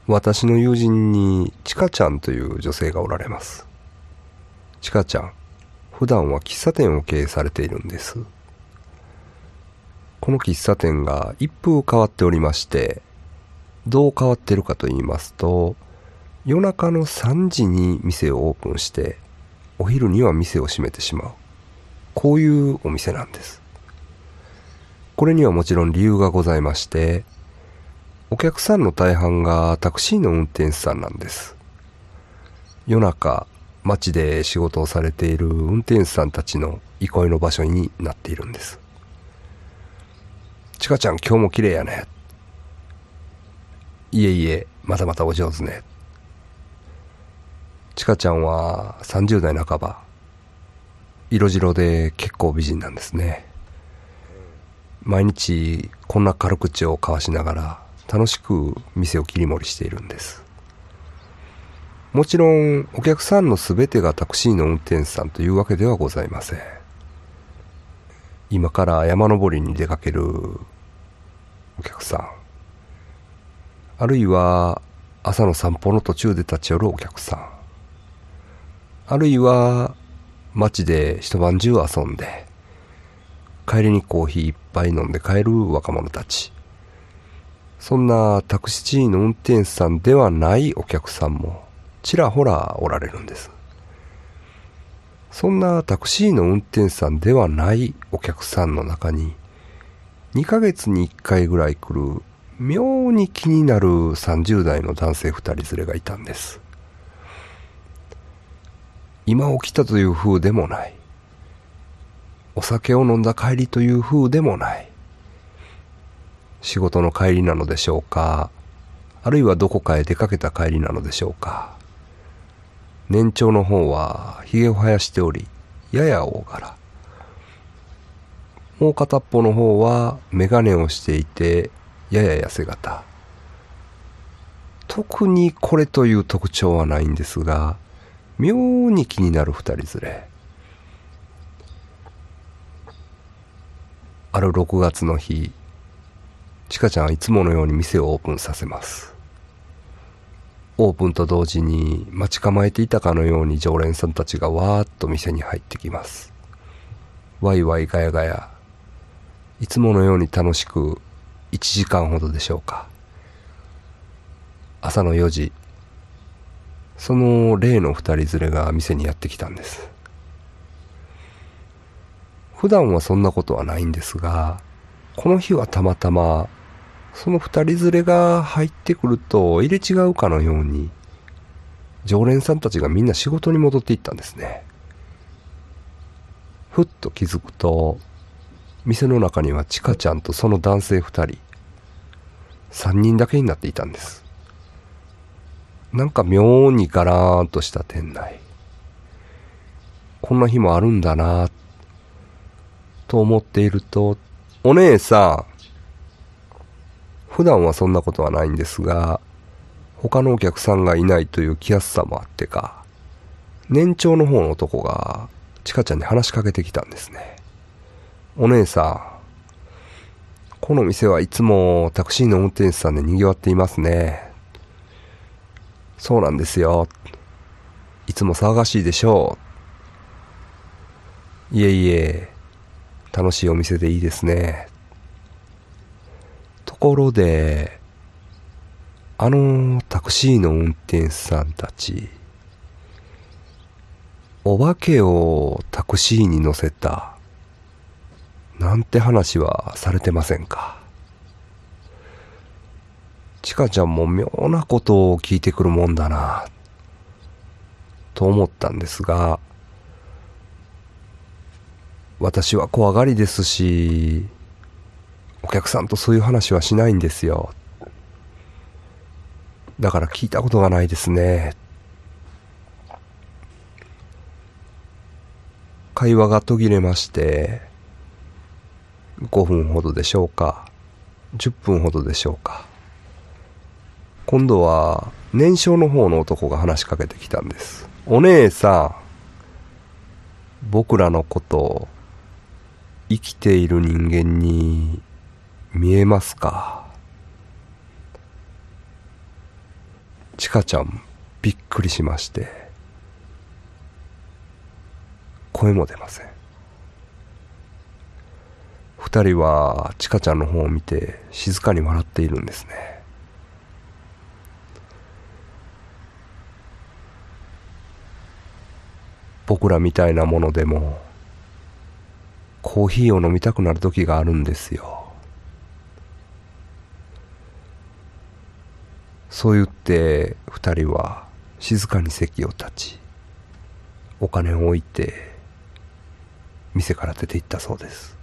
私の友人にちかちゃんという女性がおられます。ちかちゃん、普段は喫茶店を経営されているんです。この喫茶店が一風変わっておりまして、どう変わっているかと言いますと、夜中の3時に店をオープンして、お昼には店を閉めてしまう。こういうお店なんです。これにはもちろん理由がございまして、お客さんの大半がタクシーの運転手さんなんです。夜中、街で仕事をされている運転手さんたちの憩いの場所になっているんです。ちかちゃん、今日も綺麗やね。いえいえ、またまたお上手ね。ちかちゃんは30代半ば。色白で結構美人なんですね。毎日こんな軽口を交わしながら楽しく店を切り盛りしているんです。もちろんお客さんのすべてがタクシーの運転手さんというわけではございません。今から山登りに出かけるお客さん、あるいは朝の散歩の途中で立ち寄るお客さん、あるいは街で一晩中遊んで帰りにコーヒー一杯飲んで帰る若者たち、そんなタクシーの運転手さんではないお客さんもちらほらおられるんです。そんなタクシーの運転手さんではないお客さんの中に、2ヶ月に1回ぐらい来る妙に気になる30代の男性2人連れがいたんです。今起きたという風でもない、お酒を飲んだ帰りという風でもない、仕事の帰りなのでしょうか、あるいはどこかへ出かけた帰りなのでしょうか。年長の方はひげを生やしており、やや大柄。もう片っぽの方は眼鏡をしていて、やや痩せ型。特にこれという特徴はないんですが、妙に気になる二人連れ。ある6月の日、ちかちゃんはいつものように店をオープンさせます。オープンと同時に待ち構えていたかのように常連さんたちがわーっと店に入ってきます。ワイワイガヤガヤ、いつものように楽しく1時間ほどでしょうか。朝の4時、その例の二人連れが店にやってきたんです。普段はそんなことはないんですが、この日はたまたまその二人連れが入ってくると入れ違うかのように、常連さんたちがみんな仕事に戻っていったんですね。ふっと気づくと、店の中にはちかちゃんとその男性二人、3人だけになっていたんです。なんか妙にガラーンとした店内。こんな日もあるんだなと思っていると、お姉さん、普段はそんなことはないんですが、他のお客さんがいないという気安さもあってか、年長の方の男がちかちゃんに話しかけてきたんですね。お姉さん、この店はいつもタクシーの運転手さんで賑わっていますね。そうなんですよ。いつも騒がしいでしょう。いえいえ、楽しいお店でいいですね。ところで、タクシーの運転手さんたち、お化けをタクシーに乗せた、なんて話はされてませんか。ちかちゃんも妙なことを聞いてくるもんだな、と思ったんですが、私は怖がりですし、お客さんとそういう話はしないんですよ。だから聞いたことがないですね。会話が途切れまして、5分ほどでしょうか、10分ほどでしょうか。今度は年少の方の男が話しかけてきたんです。お姉さん、僕らのこと生きている人間に見えますか。 ちかちゃんびっくりしまして、声も出ません。二人はちかちゃんの方を見て静かに笑っているんですね。僕らみたいなものでもコーヒーを飲みたくなる時があるんですよ。そう言って二人は静かに席を立ち、お金を置いて店から出て行ったそうです。